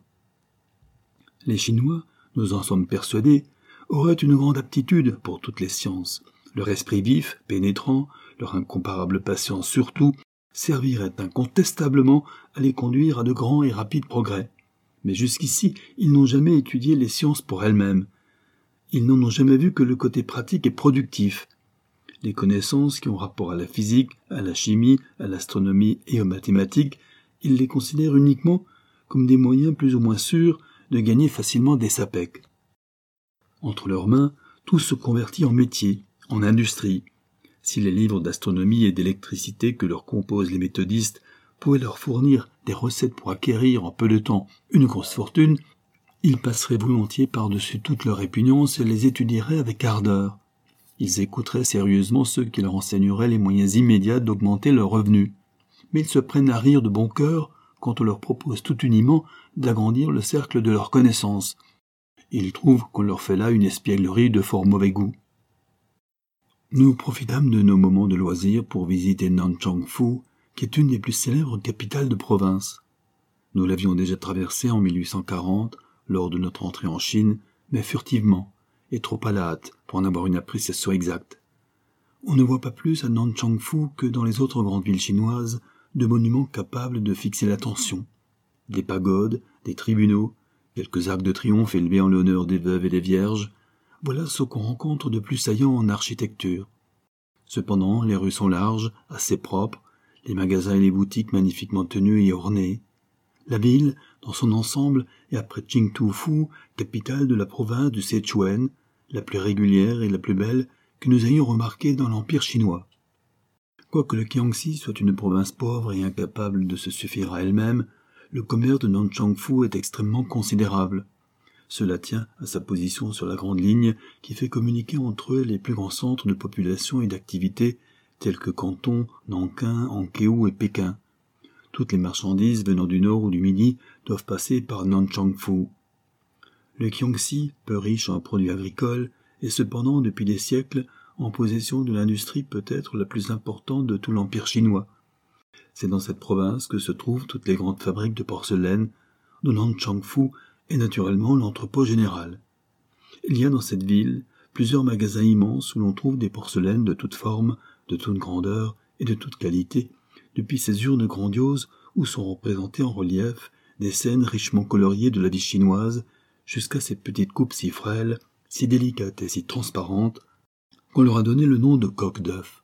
Les Chinois, nous en sommes persuadés, auraient une grande aptitude pour toutes les sciences. Leur esprit vif, pénétrant, leur incomparable patience surtout, servirait incontestablement à les conduire à de grands et rapides progrès. Mais jusqu'ici, ils n'ont jamais étudié les sciences pour elles-mêmes. Ils n'en ont jamais vu que le côté pratique et productif. Les connaissances qui ont rapport à la physique, à la chimie, à l'astronomie et aux mathématiques, ils les considèrent uniquement comme des moyens plus ou moins sûrs de gagner facilement des sapèques. Entre leurs mains, tout se convertit en métier, en industrie. Si les livres d'astronomie et d'électricité que leur composent les méthodistes pouvaient leur fournir des recettes pour acquérir en peu de temps une grosse fortune, ils passeraient volontiers par-dessus toute leur répugnance et les étudieraient avec ardeur. Ils écouteraient sérieusement ceux qui leur enseigneraient les moyens immédiats d'augmenter leurs revenus. Mais ils se prennent à rire de bon cœur quand on leur propose tout uniment d'agrandir le cercle de leurs connaissances. Ils trouvent qu'on leur fait là une espièglerie de fort mauvais goût. Nous profitâmes de nos moments de loisir pour visiter Nanchangfu, qui est une des plus célèbres capitales de province. Nous l'avions déjà traversée en 1840, lors de notre entrée en Chine, mais furtivement, et trop à la hâte pour en avoir une appréciation exacte. On ne voit pas plus à Nanchangfu que dans les autres grandes villes chinoises de monuments capables de fixer l'attention. Des pagodes, des tribunaux, quelques arcs de triomphe élevés en l'honneur des veuves et des vierges, voilà ce qu'on rencontre de plus saillant en architecture. Cependant, les rues sont larges, assez propres, les magasins et les boutiques magnifiquement tenus et ornés. La ville, dans son ensemble, est après Qingtufu, capitale de la province du Sichuan, la plus régulière et la plus belle que nous ayons remarquée dans l'Empire chinois. Quoique le Jiangxi soit une province pauvre et incapable de se suffire à elle-même, le commerce de Nanchangfu est extrêmement considérable. Cela tient à sa position sur la grande ligne qui fait communiquer entre eux les plus grands centres de population et d'activité tels que Canton, Nankin, Ankéou et Pékin. Toutes les marchandises venant du nord ou du midi doivent passer par Nanchangfu. Le Jiangxi, peu riche en produits agricoles, est cependant depuis des siècles en possession de l'industrie peut-être la plus importante de tout l'Empire chinois. C'est dans cette province que se trouvent toutes les grandes fabriques de porcelaine, dont Nanchangfu est naturellement l'entrepôt général. Il y a dans cette ville plusieurs magasins immenses où l'on trouve des porcelaines de toutes formes, de toute grandeur et de toute qualité, depuis ces urnes grandioses où sont représentées en relief des scènes richement coloriées de la vie chinoise, jusqu'à ces petites coupes si frêles, si délicates et si transparentes, qu'on leur a donné le nom de coques d'œufs.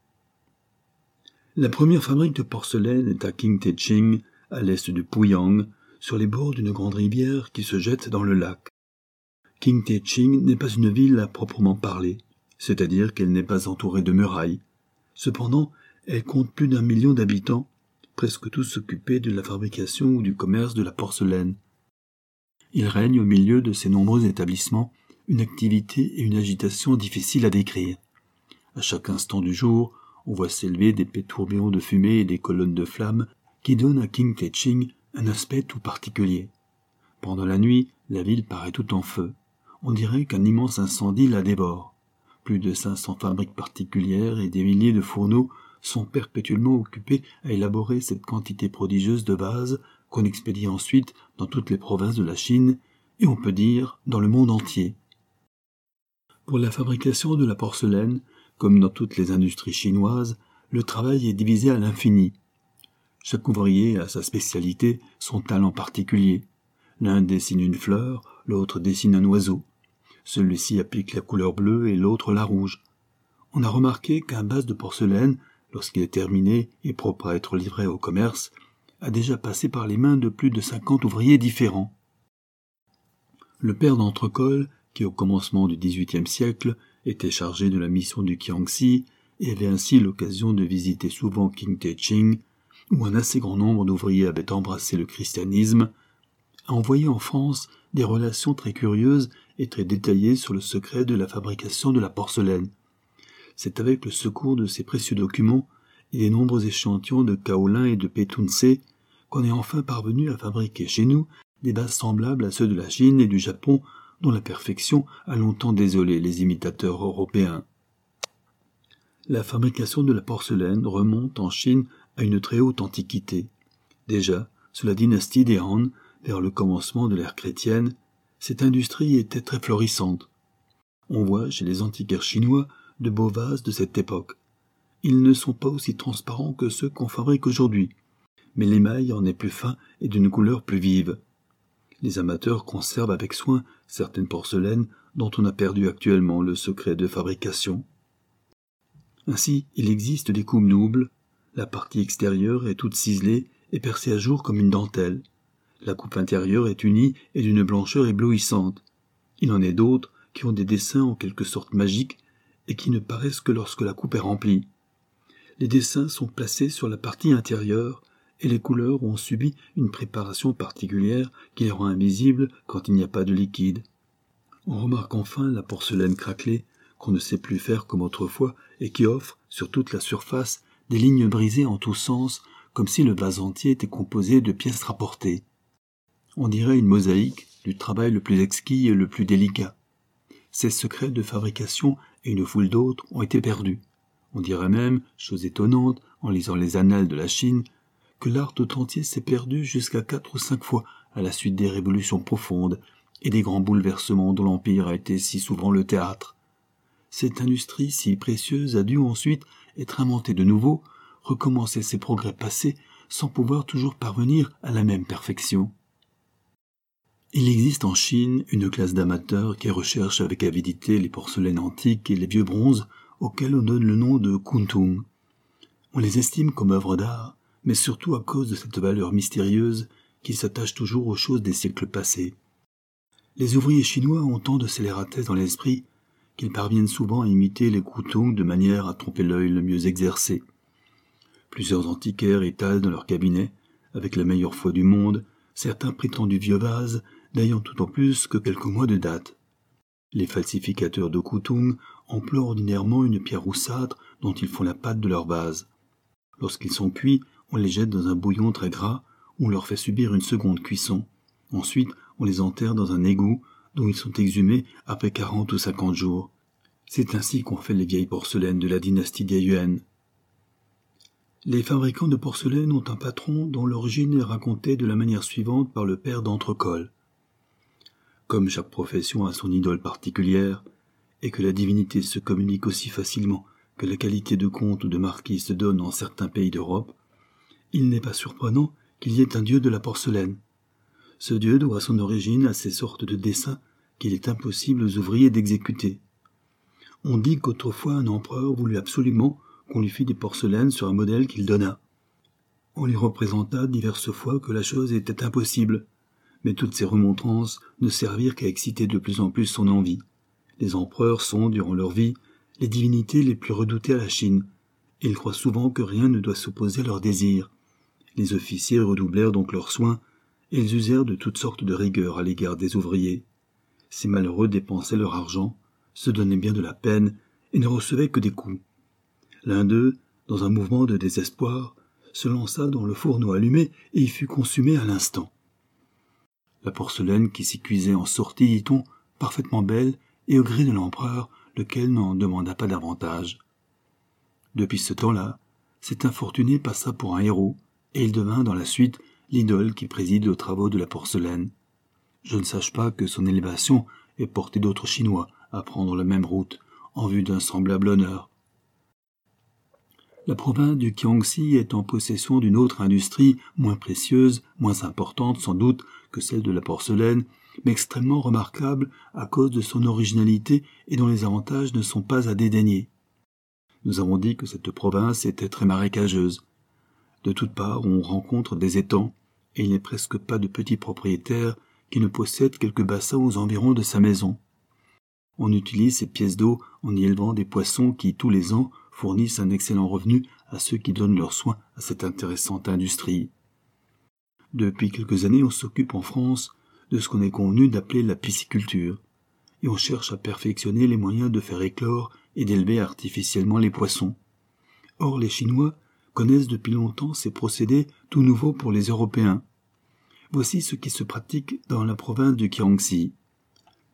La première fabrique de porcelaine est à Qingteching, à l'est du Puyang, sur les bords d'une grande rivière qui se jette dans le lac. Qingteching n'est pas une ville à proprement parler, c'est-à-dire qu'elle n'est pas entourée de murailles. Cependant, elle compte plus d'1 million d'habitants, presque tous occupés de la fabrication ou du commerce de la porcelaine. Il règne au milieu de ces nombreux établissements une activité et une agitation difficiles à décrire. À chaque instant du jour, on voit s'élever des tourbillons de fumée et des colonnes de flammes qui donnent à Qingteching un aspect tout particulier. Pendant la nuit, la ville paraît tout en feu. On dirait qu'un immense incendie la dévore. Plus de 500 fabriques particulières et des milliers de fourneaux sont perpétuellement occupés à élaborer cette quantité prodigieuse de vases qu'on expédie ensuite dans toutes les provinces de la Chine et on peut dire dans le monde entier. Pour la fabrication de la porcelaine, comme dans toutes les industries chinoises, le travail est divisé à l'infini. Chaque ouvrier a sa spécialité, son talent particulier. L'un dessine une fleur, l'autre dessine un oiseau. Celui-ci applique la couleur bleue et l'autre la rouge. On a remarqué qu'un vase de porcelaine, lorsqu'il est terminé et propre à être livré au commerce, a déjà passé par les mains de plus de 50 ouvriers différents. Le père d'Entrecol, qui au commencement du XVIIIe siècle était chargé de la mission du Jiangxi et avait ainsi l'occasion de visiter souvent Qingteching, où un assez grand nombre d'ouvriers avaient embrassé le christianisme, a envoyé en France des relations très curieuses et très détaillées sur le secret de la fabrication de la porcelaine. C'est avec le secours de ces précieux documents et des nombreux échantillons de kaolin et de pétunse qu'on est enfin parvenu à fabriquer chez nous des vases semblables à ceux de la Chine et du Japon dont la perfection a longtemps désolé les imitateurs européens. La fabrication de la porcelaine remonte en Chine à une très haute antiquité. Déjà, sous la dynastie des Han, vers le commencement de l'ère chrétienne, cette industrie était très florissante. On voit chez les antiquaires chinois de beaux vases de cette époque. Ils ne sont pas aussi transparents que ceux qu'on fabrique aujourd'hui, mais l'émail en est plus fin et d'une couleur plus vive. Les amateurs conservent avec soin certaines porcelaines dont on a perdu actuellement le secret de fabrication. Ainsi, il existe des coupes doubles. La partie extérieure est toute ciselée et percée à jour comme une dentelle. La coupe intérieure est unie et d'une blancheur éblouissante. Il en est d'autres qui ont des dessins en quelque sorte magiques et qui ne paraissent que lorsque la coupe est remplie. Les dessins sont placés sur la partie intérieure et les couleurs ont subi une préparation particulière qui les rend invisibles quand il n'y a pas de liquide. On remarque enfin la porcelaine craquelée qu'on ne sait plus faire comme autrefois et qui offre, sur toute la surface, des lignes brisées en tous sens, comme si le vase entier était composé de pièces rapportées. On dirait une mosaïque du travail le plus exquis et le plus délicat. Ces secrets de fabrication et une foule d'autres ont été perdus. On dirait même, chose étonnante, en lisant les annales de la Chine, que l'art tout entier s'est perdu jusqu'à 4 ou 5 fois à la suite des révolutions profondes et des grands bouleversements dont l'Empire a été si souvent le théâtre. Cette industrie si précieuse a dû ensuite être inventée de nouveau, recommencer ses progrès passés sans pouvoir toujours parvenir à la même perfection. Il existe en Chine une classe d'amateurs qui recherchent avec avidité les porcelaines antiques et les vieux bronzes auxquels on donne le nom de kuntung. On les estime comme œuvres d'art, mais surtout à cause de cette valeur mystérieuse qui s'attache toujours aux choses des siècles passés. Les ouvriers chinois ont tant de scélératesse dans l'esprit qu'ils parviennent souvent à imiter les kuntung de manière à tromper l'œil le mieux exercé. Plusieurs antiquaires étalent dans leur cabinet, avec la meilleure foi du monde, certains prétendus vieux vases, n'ayant tout en plus que quelques mois de date. Les falsificateurs de kuntung emploient ordinairement une pierre roussâtre dont ils font la pâte de leur vase. Lorsqu'ils sont cuits, on les jette dans un bouillon très gras, on leur fait subir une seconde cuisson. Ensuite, on les enterre dans un égout dont ils sont exhumés après 40 ou 50 jours. C'est ainsi qu'on fait les vieilles porcelaines de la dynastie des Yuan. Les fabricants de porcelaine ont un patron dont l'origine est racontée de la manière suivante par le père d'Entrecol. Comme chaque profession a son idole particulière, et que la divinité se communique aussi facilement que la qualité de comte ou de marquis se donne en certains pays d'Europe, il n'est pas surprenant qu'il y ait un dieu de la porcelaine. Ce dieu doit son origine à ces sortes de dessins qu'il est impossible aux ouvriers d'exécuter. On dit qu'autrefois un empereur voulut absolument qu'on lui fît des porcelaines sur un modèle qu'il donna. On lui représenta diverses fois que la chose était impossible, mais toutes ces remontrances ne servirent qu'à exciter de plus en plus son envie. Les empereurs sont, durant leur vie, les divinités les plus redoutées à la Chine, et ils croient souvent que rien ne doit s'opposer à leurs désirs. Les officiers redoublèrent donc leurs soins, et ils usèrent de toutes sortes de rigueurs à l'égard des ouvriers. Ces malheureux dépensaient leur argent, se donnaient bien de la peine, et ne recevaient que des coups. L'un d'eux, dans un mouvement de désespoir, se lança dans le fourneau allumé et y fut consumé à l'instant. La porcelaine qui s'y cuisait en sortit, dit-on, parfaitement belle et au gré de l'empereur, lequel n'en demanda pas davantage. Depuis ce temps-là, cet infortuné passa pour un héros, et il devint dans la suite l'idole qui préside aux travaux de la porcelaine. Je ne sache pas que son élévation ait porté d'autres Chinois à prendre la même route, en vue d'un semblable honneur. La province du Jiangxi est en possession d'une autre industrie, moins précieuse, moins importante sans doute que celle de la porcelaine, mais extrêmement remarquable à cause de son originalité et dont les avantages ne sont pas à dédaigner. Nous avons dit que cette province était très marécageuse. De toutes parts, on rencontre des étangs, et il n'est presque pas de petit propriétaire qui ne possède quelques bassins aux environs de sa maison. On utilise ces pièces d'eau en y élevant des poissons qui, tous les ans, fournissent un excellent revenu à ceux qui donnent leurs soins à cette intéressante industrie. Depuis quelques années, on s'occupe en France de ce qu'on est convenu d'appeler la pisciculture, et on cherche à perfectionner les moyens de faire éclore et d'élever artificiellement les poissons. Or, les Chinois connaissent depuis longtemps ces procédés tout nouveaux pour les Européens. Voici ce qui se pratique dans la province du Jiangxi.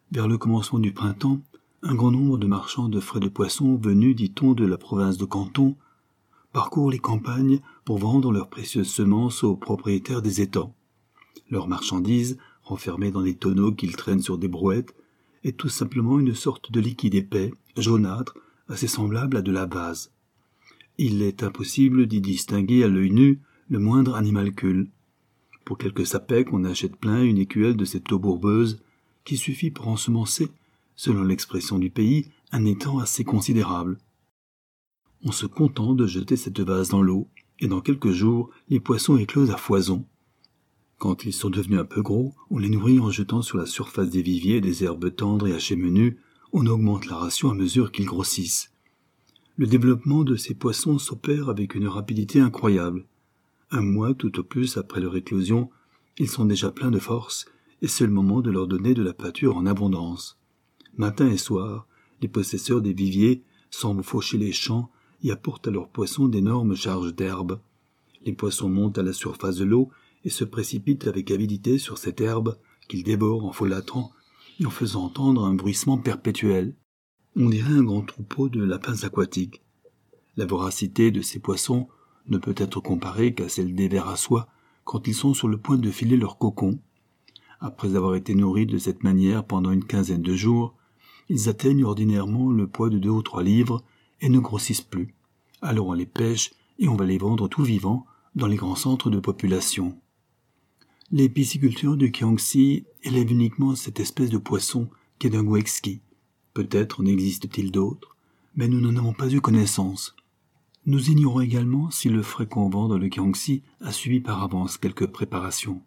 Vers le commencement du printemps, un grand nombre de marchands de frais de poisson venus, dit-on, de la province de Canton, parcourent les campagnes pour vendre leurs précieuses semences aux propriétaires des étangs. Leurs marchandises, renfermées dans des tonneaux qu'ils traînent sur des brouettes, est tout simplement une sorte de liquide épais, jaunâtre, assez semblable à de la vase. Il est impossible d'y distinguer à l'œil nu le moindre animalcule. Pour quelques sapèques, on achète plein une écuelle de cette eau bourbeuse qui suffit pour ensemencer, selon l'expression du pays, un étang assez considérable. On se contente de jeter cette vase dans l'eau, et dans quelques jours, les poissons éclosent à foison. Quand ils sont devenus un peu gros, on les nourrit en jetant sur la surface des viviers des herbes tendres et hachées menues. On augmente la ration à mesure qu'ils grossissent. Le développement de ces poissons s'opère avec une rapidité incroyable. Un mois tout au plus après leur éclosion, ils sont déjà pleins de force, et c'est le moment de leur donner de la pâture en abondance. Matin et soir, les possesseurs des viviers semblent faucher les champs et apportent à leurs poissons d'énormes charges d'herbe. Les poissons montent à la surface de l'eau et se précipitent avec avidité sur cette herbe qu'ils dévorent en folâtrant et en faisant entendre un bruissement perpétuel. On dirait un grand troupeau de lapins aquatiques. La voracité de ces poissons ne peut être comparée qu'à celle des vers à soie quand ils sont sur le point de filer leur cocon. Après avoir été nourris de cette manière pendant une quinzaine de jours, ils atteignent ordinairement le poids de 2 ou 3 livres et ne grossissent plus. Alors on les pêche et on va les vendre tout vivants dans les grands centres de population. Les pisciculteurs du Kiangsi élèvent uniquement cette espèce de poisson qui est d'un goût exquis. Peut-être en existe-t-il d'autres, mais nous n'en avons pas eu connaissance. Nous ignorons également si le frais qu'on vend dans le Kiangsi a suivi par avance quelques préparations.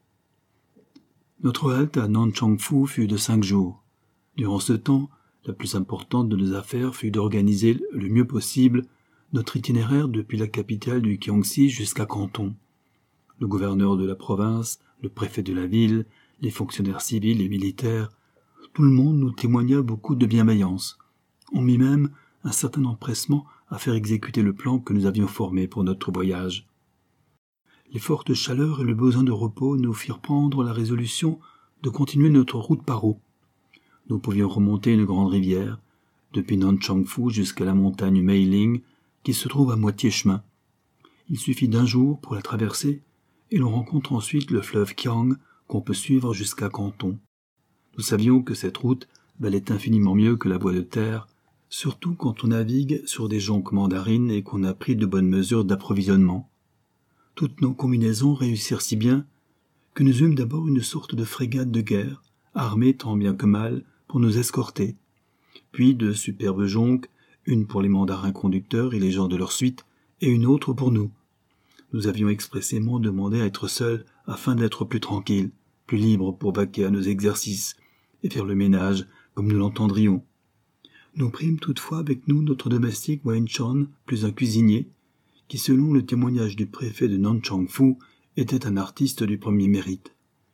Notre halte à Nanchangfu fut de 5 jours. Durant ce temps, la plus importante de nos affaires fut d'organiser le mieux possible notre itinéraire depuis la capitale du Kiangsi jusqu'à Canton. Le gouverneur de la province, le préfet de la ville, les fonctionnaires civils et militaires, tout le monde nous témoigna beaucoup de bienveillance. On mit même un certain empressement à faire exécuter le plan que nous avions formé pour notre voyage. Les fortes chaleurs et le besoin de repos nous firent prendre la résolution de continuer notre route par eau. Nous pouvions remonter une grande rivière, depuis Nanchangfu jusqu'à la montagne Meiling, qui se trouve à moitié chemin. Il suffit d'un jour pour la traverser, et l'on rencontre ensuite le fleuve Kiang qu'on peut suivre jusqu'à Canton. Nous savions que cette route valait infiniment mieux que la voie de terre, surtout quand on navigue sur des jonques mandarines et qu'on a pris de bonnes mesures d'approvisionnement. Toutes nos combinaisons réussirent si bien que nous eûmes d'abord une sorte de frégate de guerre, armée tant bien que mal pour nous escorter, puis de superbes jonques, une pour les mandarins conducteurs et les gens de leur suite, et une autre pour nous. Nous avions expressément demandé à être seuls afin d'être plus tranquilles, plus libres pour vaquer à nos exercices et faire le ménage comme nous l'entendrions. Nous prîmes toutefois avec nous notre domestique Wenchon, plus un cuisinier, qui selon le témoignage du préfet de Nanchangfu était un artiste du premier mérite.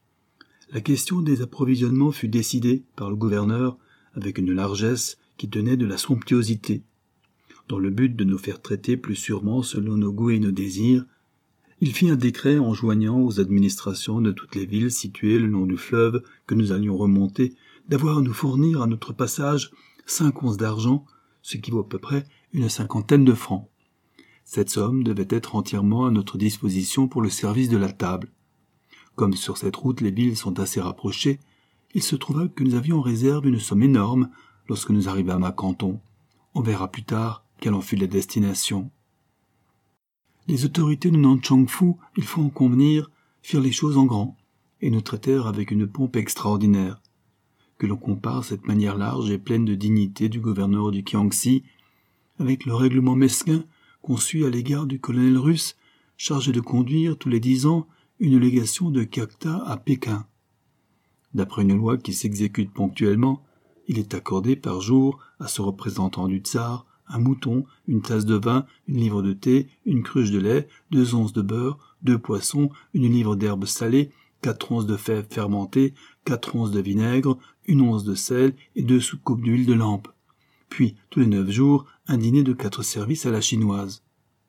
La question des approvisionnements fut décidée par le gouverneur avec une largesse qui tenait de la somptuosité. Dans le but de nous faire traiter plus sûrement selon nos goûts et nos désirs, il fit un décret enjoignant aux administrations de toutes les villes situées le long du fleuve que nous allions remonter d'avoir à nous fournir à notre passage 5 onces d'argent, ce qui vaut à peu près une 50aine de francs. Cette somme devait être entièrement à notre disposition pour le service de la table. Comme sur cette route les villes sont assez rapprochées, il se trouva que nous avions en réserve une somme énorme lorsque nous arrivâmes à Canton. On verra plus tard quelle en fut la destination. Les autorités de Nanchangfu, il faut en convenir, firent les choses en grand, et nous traitèrent avec une pompe extraordinaire. Que l'on compare cette manière large et pleine de dignité du gouverneur du Kiangsi avec le règlement mesquin qu'on suit à l'égard du colonel russe chargé de conduire tous les 10 ans une légation de Kakta à Pékin. D'après une loi qui s'exécute ponctuellement, il est accordé par jour à ce représentant du tsar un mouton, une tasse de vin, une livre de thé, une cruche de lait, 2 onces de beurre, 2 poissons, une livre d'herbes salées, 4 onces de fèves fermentées, 4 onces de vinaigre, 1 once de sel et 2 soucoupes d'huile de lampe. Puis, tous les 9 jours, un dîner de 4 services à la chinoise.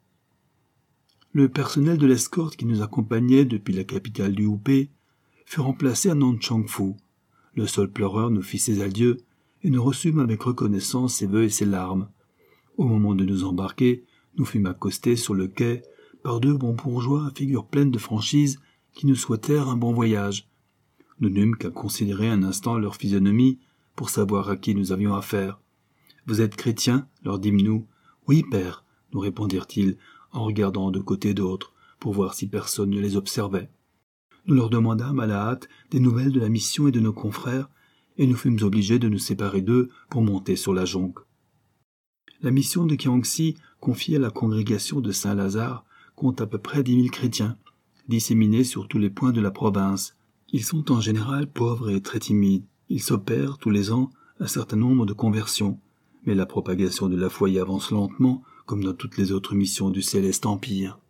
Le personnel de l'escorte qui nous accompagnait depuis la capitale du Hupé fut remplacé à Nanchangfu. Le seul pleureur nous fit ses adieux, et nous reçûmes avec reconnaissance ses vœux et ses larmes. Au moment de nous embarquer, nous fûmes accostés sur le quai par deux bons bourgeois à figure pleine de franchise qui nous souhaitèrent un bon voyage. Nous n'eûmes qu'à considérer un instant leur physionomie pour savoir à qui nous avions affaire. « Vous êtes chrétiens ?» leur dîmes-nous. « Oui, père », nous répondirent-ils en regardant de côté et d'autre pour voir si personne ne les observait. Nous leur demandâmes à la hâte des nouvelles de la mission et de nos confrères, et nous fûmes obligés de nous séparer d'eux pour monter sur la jonque. La mission de Kiangsi, confiée à la congrégation de Saint-Lazare, compte à peu près 10 000 chrétiens, disséminés sur tous les points de la province. Ils sont en général pauvres et très timides. Il s'opère tous les ans un certain nombre de conversions, mais la propagation de la foi y avance lentement, comme dans toutes les autres missions du Céleste Empire.